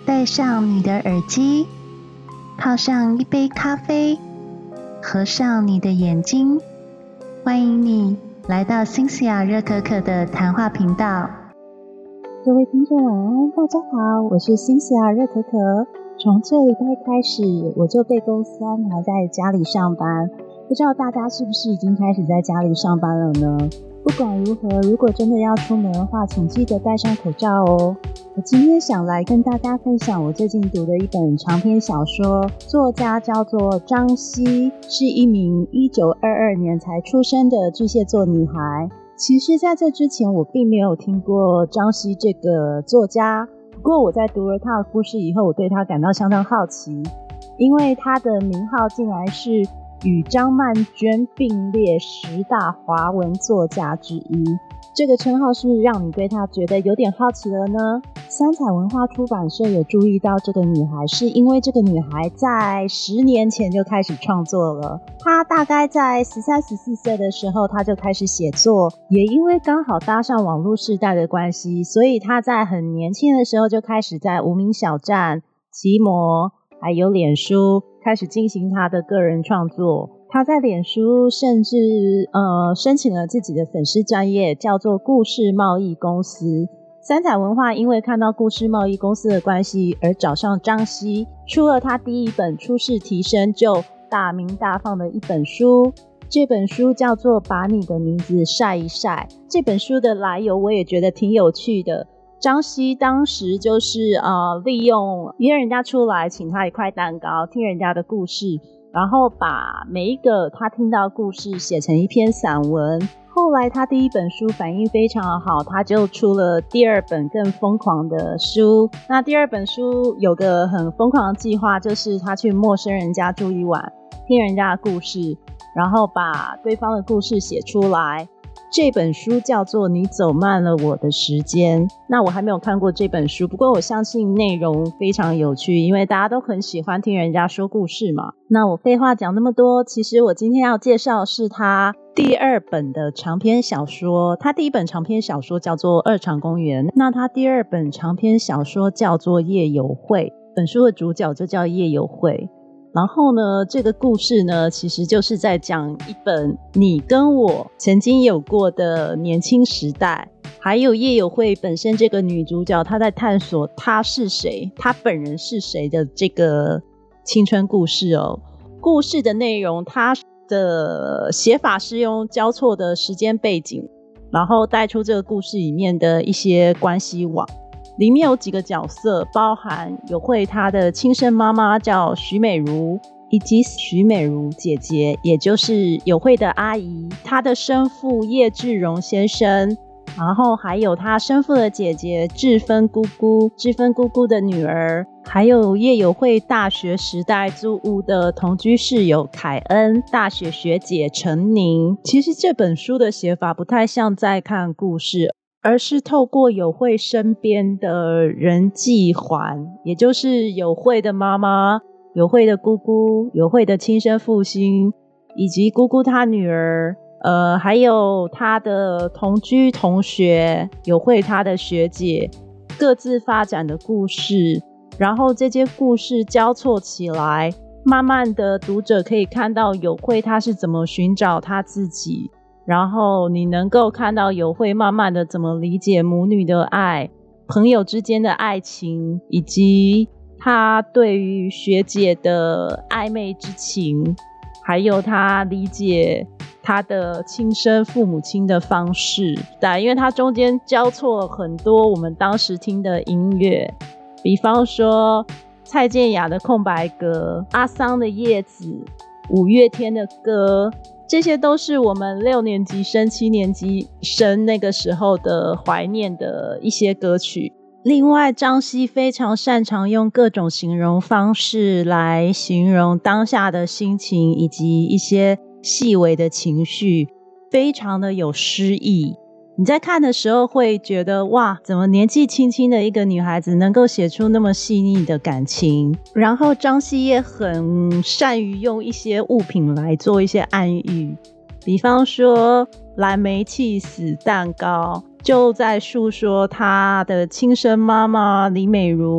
戴上你的耳机，泡上一杯咖啡，合上你的眼睛，欢迎你来到新西亚热可可的谈话频道。 各位听众晚安，大家好，我是新西亚热可可。从这礼拜开始，我就被公司安排在家里上班，不知道大家是不是已经开始在家里上班了呢？不管如何，如果真的要出门的话，请记得戴上口罩哦。我今天想来跟大家分享我最近读的一本长篇小说，作家叫做张希，是一名1922年才出生的巨蟹座女孩。其实在这之前我并没有听过张希这个作家，不过我在读了她的故事以后，我对她感到相当好奇，因为她的名号竟然是与张曼娟并列10大华文作家之一，这个称号是不是让你对她觉得有点好奇了呢？三彩文化出版社有注意到这个女孩，是因为这个女孩在10年前就开始创作了。她大概在13、14岁的时候，她就开始写作，也因为刚好搭上网络世代的关系，所以她在很年轻的时候就开始在无名小站、奇摩还有脸书开始进行他的个人创作。他在脸书甚至申请了自己的粉丝专页，叫做故事贸易公司。三彩文化因为看到故事贸易公司的关系而找上张希，出了他第一本出世提升就大名大放的一本书，这本书叫做把你的名字晒一晒。这本书的来由我也觉得挺有趣的。张希当时就是利用约人家出来请他一块蛋糕，听人家的故事，然后把每一个他听到的故事写成一篇散文。后来他第一本书反应非常的好，他就出了第二本更疯狂的书。那第二本书有个很疯狂的计划，就是他去陌生人家住一晚，听人家的故事，然后把对方的故事写出来。这本书叫做你走慢了我的时间。那我还没有看过这本书，不过我相信内容非常有趣，因为大家都很喜欢听人家说故事嘛。那我废话讲那么多，其实我今天要介绍是他第二本的长篇小说。他第一本长篇小说叫做《二场公园》，那他第二本长篇小说叫做《夜友会》，本书的主角就叫夜友会。然后呢，这个故事呢，其实就是在讲一本你跟我曾经有过的年轻时代，还有夜友会本身这个女主角她在探索她是谁，她本人是谁的这个青春故事哦。故事的内容，它的写法是用交错的时间背景，然后带出这个故事里面的一些关系网。里面有几个角色，包含友会她的亲生妈妈叫徐美如，以及徐美如姐姐，也就是友会的阿姨，她的生父叶志荣先生，然后还有她生父的姐姐志芬姑姑，志芬姑姑的女儿，还有叶友会大学时代租屋的同居室友凯恩，大学学姐陈宁。其实这本书的写法不太像在看故事，而是透过友会身边的人际环，也就是友会的妈妈、友会的姑姑、友会的亲生父亲，以及姑姑她女儿，还有她的同居同学、友会她的学姐，各自发展的故事。然后这些故事交错起来，慢慢的读者可以看到友会她是怎么寻找她自己，然后你能够看到友会慢慢的怎么理解母女的爱、朋友之间的爱情，以及他对于学姐的暧昧之情，还有他理解他的亲生父母亲的方式。因为他中间交错了很多我们当时听的音乐，比方说蔡健雅的空白格、阿桑的叶子、五月天的歌，这些都是我们6年级生、7年级生那个时候的怀念的一些歌曲。另外，张希非常擅长用各种形容方式来形容当下的心情以及一些细微的情绪，非常的有诗意。你在看的时候会觉得哇，怎么年纪轻轻的一个女孩子能够写出那么细腻的感情。然后张希也很善于用一些物品来做一些暗喻，比方说蓝莓起司蛋糕就在诉说她的亲生妈妈李美如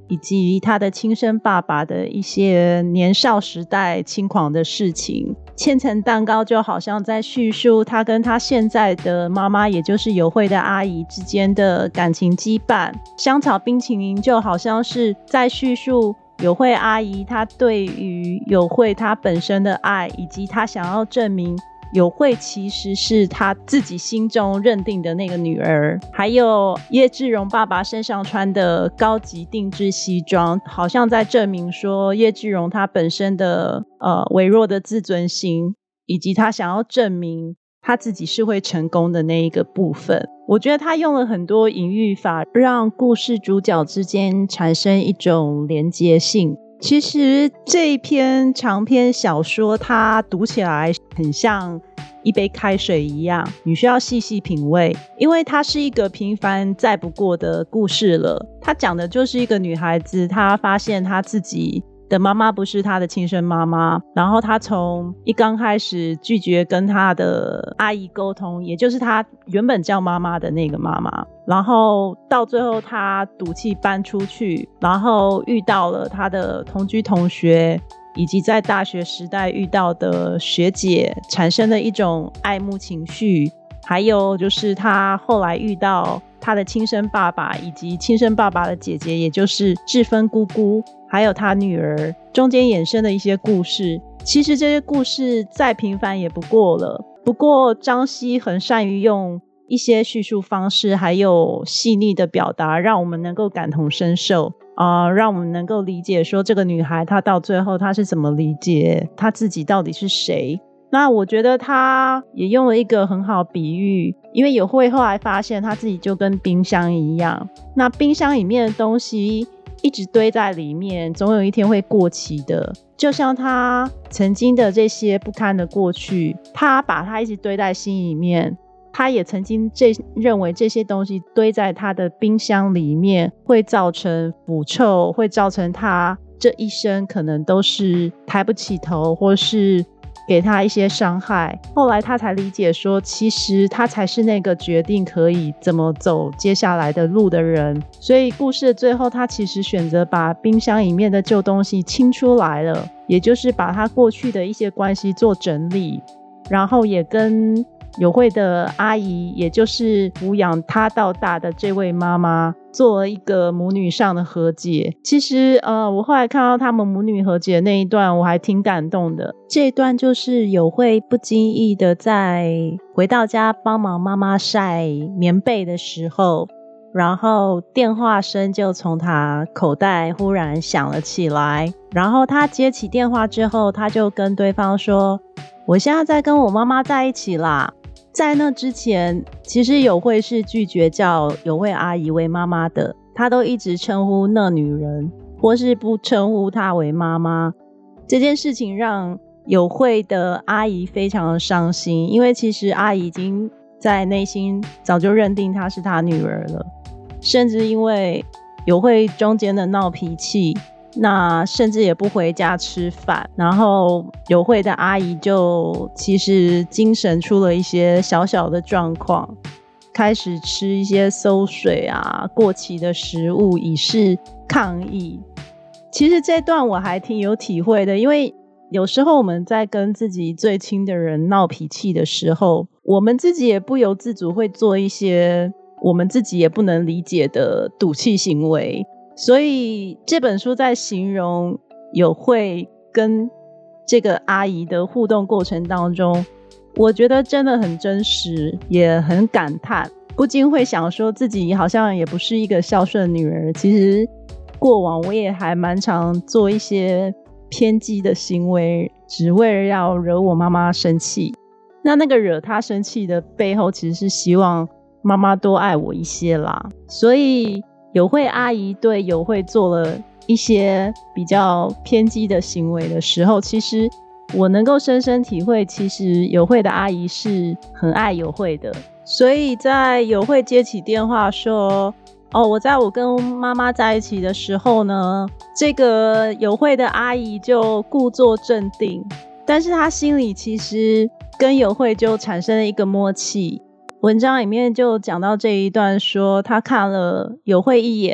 以及他的亲生爸爸的一些年少时代轻狂的事情。千层蛋糕就好像在叙述他跟他现在的妈妈，也就是友惠的阿姨之间的感情羁绊。香草冰淇淋就好像是在叙述友惠阿姨她对于友惠她本身的爱，以及她想要证明友惠其实是她自己心中认定的那个女儿。还有叶志荣爸爸身上穿的高级定制西装，好像在证明说叶志荣他本身的微弱的自尊心，以及他想要证明他自己是会成功的那一个部分。我觉得他用了很多隐喻法，让故事主角之间产生一种连结性。其实这一篇长篇小说它读起来很像一杯开水一样，你需要细细品味，因为它是一个平凡再不过的故事了。它讲的就是一个女孩子，她发现她自己的妈妈不是她的亲生妈妈，然后她从一刚开始拒绝跟她的阿姨沟通，也就是她原本叫妈妈的那个妈妈，然后到最后她赌气搬出去，然后遇到了她的同居同学，以及在大学时代遇到的学姐，产生的一种爱慕情绪。还有就是她后来遇到她的亲生爸爸，以及亲生爸爸的姐姐，也就是志芬姑姑，还有她女儿，中间衍生的一些故事。其实这些故事再平凡也不过了，不过张西很善于用一些叙述方式还有细腻的表达，让我们能够感同身受，让我们能够理解说这个女孩她到最后她是怎么理解她自己到底是谁。那我觉得她也用了一个很好比喻，因为友惠后来发现她自己就跟冰箱一样，那冰箱里面的东西一直堆在里面，总有一天会过期的。就像她曾经的这些不堪的过去，她把它一直堆在心里面，他也曾经认为这些东西堆在他的冰箱里面会造成腐臭，会造成他这一生可能都是抬不起头，或是给他一些伤害。后来他才理解说，其实他才是那个决定可以怎么走接下来的路的人。所以故事的最后，他其实选择把冰箱里面的旧东西清出来了，也就是把他过去的一些关系做整理，然后也跟友惠的阿姨，也就是抚养她到大的这位妈妈，做了一个母女上的和解。其实我后来看到他们母女和解的那一段，我还挺感动的。这一段就是友惠不经意的在回到家帮忙妈妈晒棉被的时候，然后电话声就从他口袋忽然响了起来，然后他接起电话之后，他就跟对方说，我现在在跟我妈妈在一起啦。在那之前，其实友惠是拒绝叫友惠阿姨为妈妈的，她都一直称呼那女人，或是不称呼她为妈妈。这件事情让友惠的阿姨非常的伤心，因为其实阿姨已经在内心早就认定她是她女儿了，甚至因为友惠中间的闹脾气，那甚至也不回家吃饭，然后友惠的阿姨就其实精神出了一些小小的状况，开始吃一些馊水啊、过期的食物以示抗议。其实这段我还挺有体会的，因为有时候我们在跟自己最亲的人闹脾气的时候，我们自己也不由自主会做一些我们自己也不能理解的赌气行为。所以这本书在形容友惠跟这个阿姨的互动过程当中，我觉得真的很真实，也很感叹，不禁会想说自己好像也不是一个孝顺女儿。其实过往我也还蛮常做一些偏激的行为，只为了要惹我妈妈生气。那个惹她生气的背后，其实是希望妈妈多爱我一些啦。所以友惠阿姨对友惠做了一些比较偏激的行为的时候，其实我能够深深体会，其实友惠的阿姨是很爱友惠的。所以在友惠接起电话说，我在我跟妈妈在一起的时候呢，这个友惠的阿姨就故作镇定，但是她心里其实跟友惠就产生了一个默契。文章里面就讲到这一段说，他看了友惠一眼，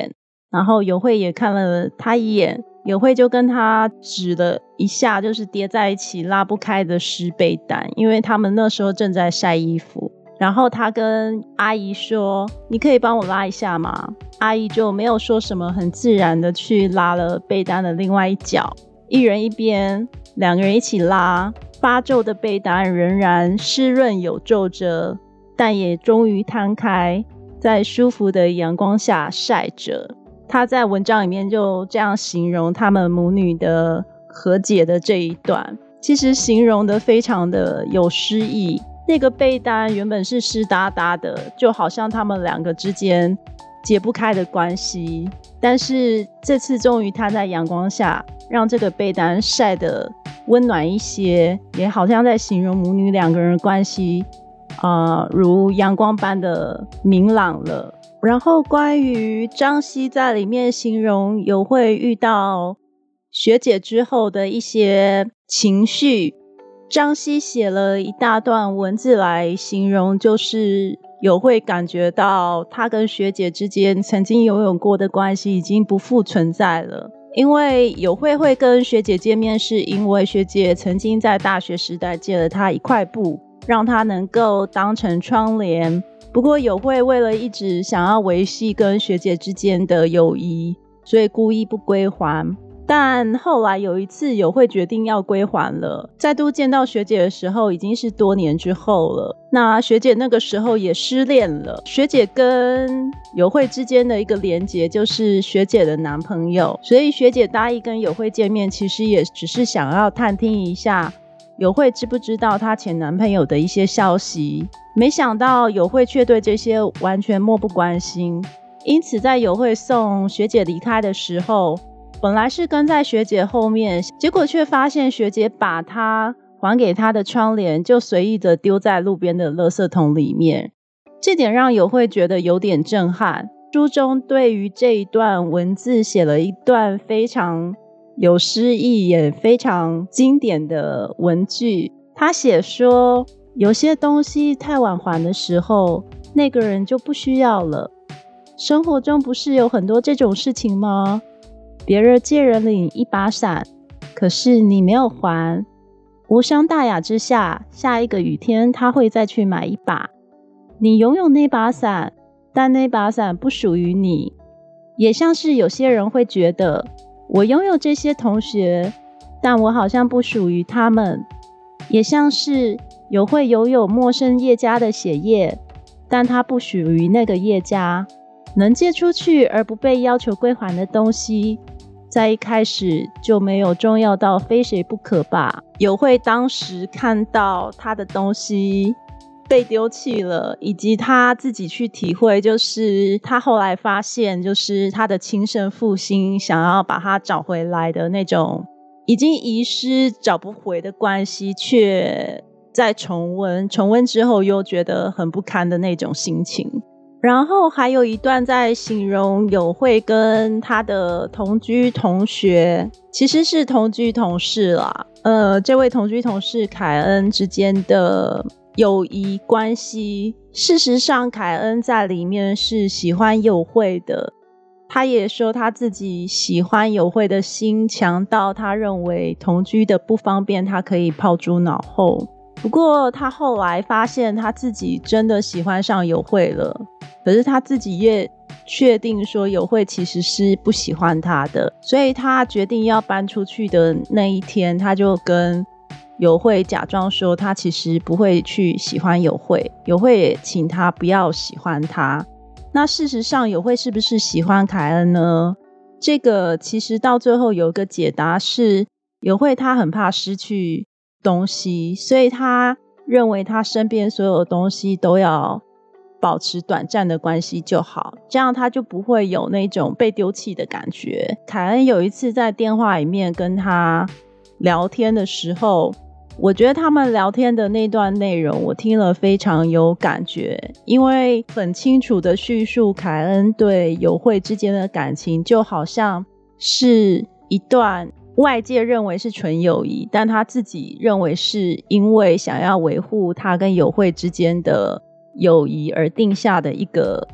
然后友惠也看了他一眼，友惠就跟他指了一下，就是叠在一起拉不开的湿被单，因为他们那时候正在晒衣服。然后他跟阿姨说，你可以帮我拉一下吗？阿姨就没有说什么，很自然的去拉了被单的另外一角，一人一边，两个人一起拉，发皱的被单仍然湿润有皱着，但也终于摊开，在舒服的阳光下晒着。他在文章里面就这样形容他们母女的和解的这一段，其实形容的非常的有诗意。那个被单原本是湿哒哒的，就好像他们两个之间解不开的关系，但是这次终于摊在阳光下，让这个被单晒得温暖一些，也好像在形容母女两个人的关系如阳光般的明朗了。然后关于张希在里面形容友惠遇到学姐之后的一些情绪，张希写了一大段文字来形容，就是友惠感觉到他跟学姐之间曾经拥有过的关系已经不复存在了。因为友惠会跟学姐见面，是因为学姐曾经在大学时代借了他一块布，让他能够当成窗帘。不过友惠为了一直想要维系跟学姐之间的友谊，所以故意不归还。但后来有一次友惠决定要归还了，再度见到学姐的时候已经是多年之后了。那学姐那个时候也失恋了，学姐跟友惠之间的一个连结就是学姐的男朋友，所以学姐答应跟友惠见面，其实也只是想要探听一下友惠知不知道她前男朋友的一些消息。没想到友惠却对这些完全漠不关心，因此在友惠送学姐离开的时候，本来是跟在学姐后面，结果却发现学姐把她还给她的窗帘就随意的丢在路边的垃圾桶里面。这点让友惠觉得有点震撼。书中对于这一段文字写了一段非常有诗意也非常经典的文句。他写说，有些东西太晚还的时候，那个人就不需要了。生活中不是有很多这种事情吗？别人借人领一把伞，可是你没有还，无伤大雅之下，下一个雨天他会再去买一把。你拥有那把伞，但那把伞不属于你。也像是有些人会觉得，我拥有这些同学，但我好像不属于他们。也像是友惠拥有陌生业家的血液，但他不属于那个业家。能借出去而不被要求归还的东西，在一开始就没有重要到非谁不可吧。友惠当时看到他的东西被丢弃了，以及他自己去体会，就是他后来发现，就是他的亲生父亲想要把他找回来的那种已经遗失找不回的关系，却在重温之后又觉得很不堪的那种心情。然后还有一段在形容友惠跟他的同居同学，其实是同居同事啦。这位同居同事凯恩之间的友谊关系，事实上凯恩在里面是喜欢友惠的。他也说他自己喜欢友惠的心强到他认为同居的不方便，他可以抛诸脑后。不过他后来发现他自己真的喜欢上友惠了，可是他自己也确定说友惠其实是不喜欢他的，所以他决定要搬出去的那一天，他就跟友惠假装说他其实不会去喜欢友惠，友惠也请他不要喜欢他。那事实上友惠是不是喜欢凯恩呢？这个其实到最后有一个解答是，友惠他很怕失去东西，所以他认为他身边所有的东西都要保持短暂的关系就好，这样他就不会有那种被丢弃的感觉。凯恩有一次在电话里面跟他聊天的时候，我觉得他们聊天的那段内容我听了非常有感觉，因为很清楚的叙述凯恩对友惠之间的感情，就好像是一段外界认为是纯友谊，但他自己认为是因为想要维护他跟友惠之间的友谊而定下的一个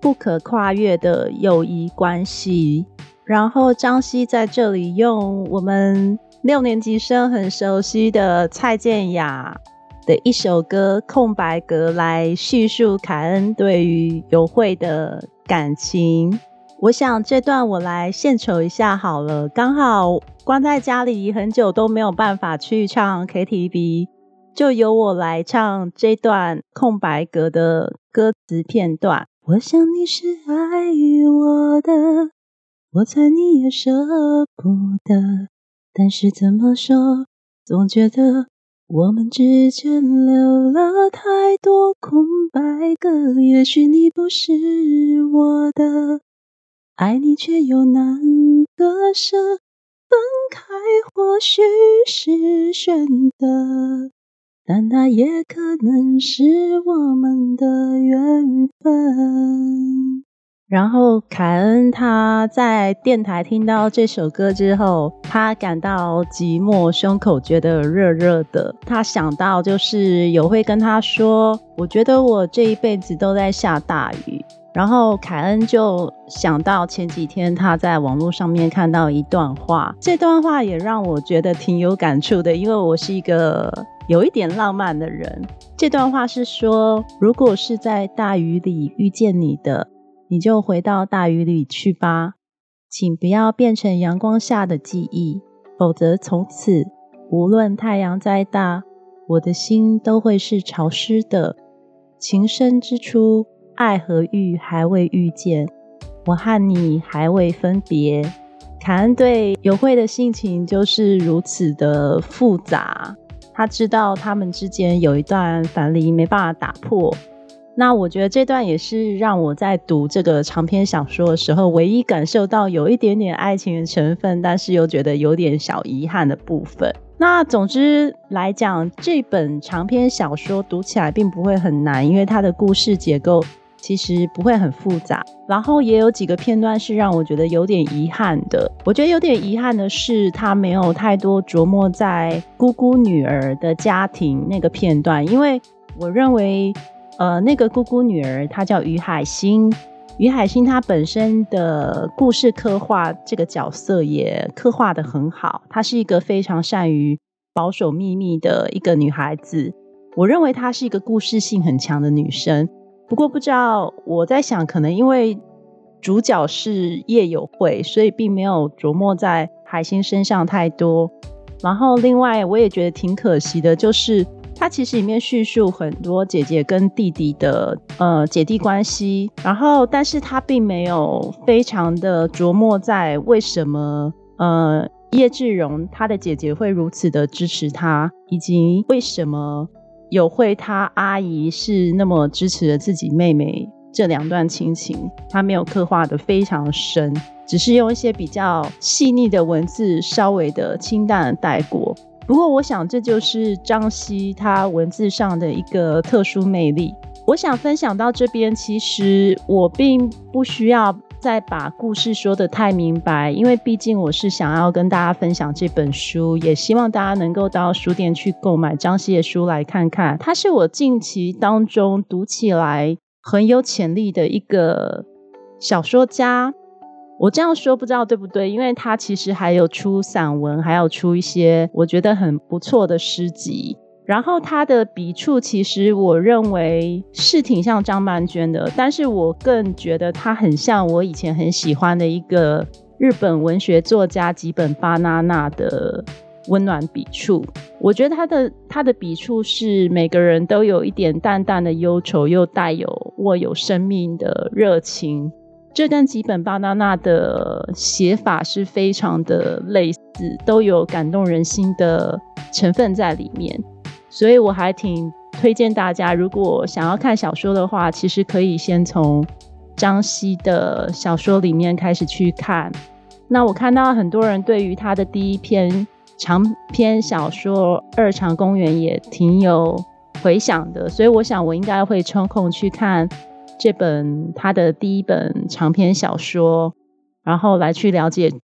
不可跨越的友谊关系。然后张希在这里用我们6年级生很熟悉的蔡健雅的一首歌《空白格》来叙述凯恩对于友惠的感情。我想这段我来献丑一下好了，刚好关在家里很久都没有办法去唱 KTV， 就由我来唱这段空白格的歌词片段。我想你是爱我的，我猜你也舍不得，但是怎么说，总觉得我们之间留了太多空白格。也许你不是我的，爱你却又难割舍，分开或许是选择，但它也可能是我们的缘分。然后凯恩他在电台听到这首歌之后，他感到寂寞，胸口觉得热热的。他想到就是友惠跟他说，我觉得我这一辈子都在下大雨。然后凯恩就想到前几天他在网络上面看到一段话，这段话也让我觉得挺有感触的，因为我是一个有一点浪漫的人。这段话是说，如果是在大雨里遇见你的，你就回到大雨里去吧，请不要变成阳光下的记忆，否则从此无论太阳再大，我的心都会是潮湿的。情深之初，爱和欲还未遇见，我和你还未分别。凯恩对友惠的性情就是如此的复杂，他知道他们之间有一段樊篱没办法打破。那我觉得这段也是让我在读这个长篇小说的时候唯一感受到有一点点爱情的成分，但是又觉得有点小遗憾的部分。那总之来讲，这本长篇小说读起来并不会很难，因为它的故事结构其实不会很复杂，然后也有几个片段是让我觉得有点遗憾的。我觉得有点遗憾的是他没有太多琢磨在姑姑女儿的家庭那个片段，因为我认为那个姑姑女儿她叫于海欣，于海欣她本身的故事刻画这个角色也刻画得很好，她是一个非常善于保守秘密的一个女孩子，我认为她是一个故事性很强的女生。不过不知道，我在想可能因为主角是叶友惠，所以并没有琢磨在海欣身上太多。然后另外我也觉得挺可惜的，就是它其实里面叙述很多姐姐跟弟弟的姐弟关系，然后但是他并没有非常的琢磨在为什么叶志荣他的姐姐会如此的支持他，以及为什么友惠他阿姨是那么支持了自己妹妹，这两段亲情他没有刻画的非常深，只是用一些比较细腻的文字稍微的清淡的带过。不过我想这就是张希他文字上的一个特殊魅力。我想分享到这边，其实我并不需要再把故事说得太明白，因为毕竟我是想要跟大家分享这本书，也希望大家能够到书店去购买张希的书来看看。他是我近期当中读起来很有潜力的一个小说家。我这样说不知道对不对，因为他其实还有出散文，还有出一些我觉得很不错的诗集，然后他的笔触其实我认为是挺像张曼娟的，但是我更觉得他很像我以前很喜欢的一个日本文学作家吉本巴娜娜的温暖笔触。我觉得他的笔触是每个人都有一点淡淡的忧愁，又带有握有生命的热情，这跟吉本巴娜娜的写法是非常的类似，都有感动人心的成分在里面。所以我还挺推荐大家，如果想要看小说的话，其实可以先从张希的小说里面开始去看。那我看到很多人对于他的第一篇长篇小说《二常公园》也挺有回响的，所以我想我应该会抽空去看这本他的第一本长篇小说，然后来去了解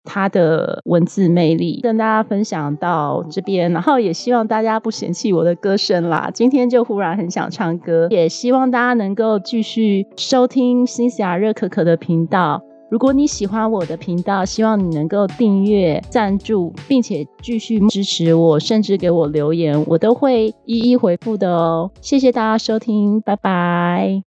他的文字魅力，跟大家分享到这边，然后也希望大家不嫌弃我的歌声啦，今天就忽然很想唱歌，也希望大家能够继续收听辛西亚热可可的频道。如果你喜欢我的频道，希望你能够订阅、赞助，并且继续支持我，甚至给我留言，我都会一一回复的哦。谢谢大家收听，拜拜。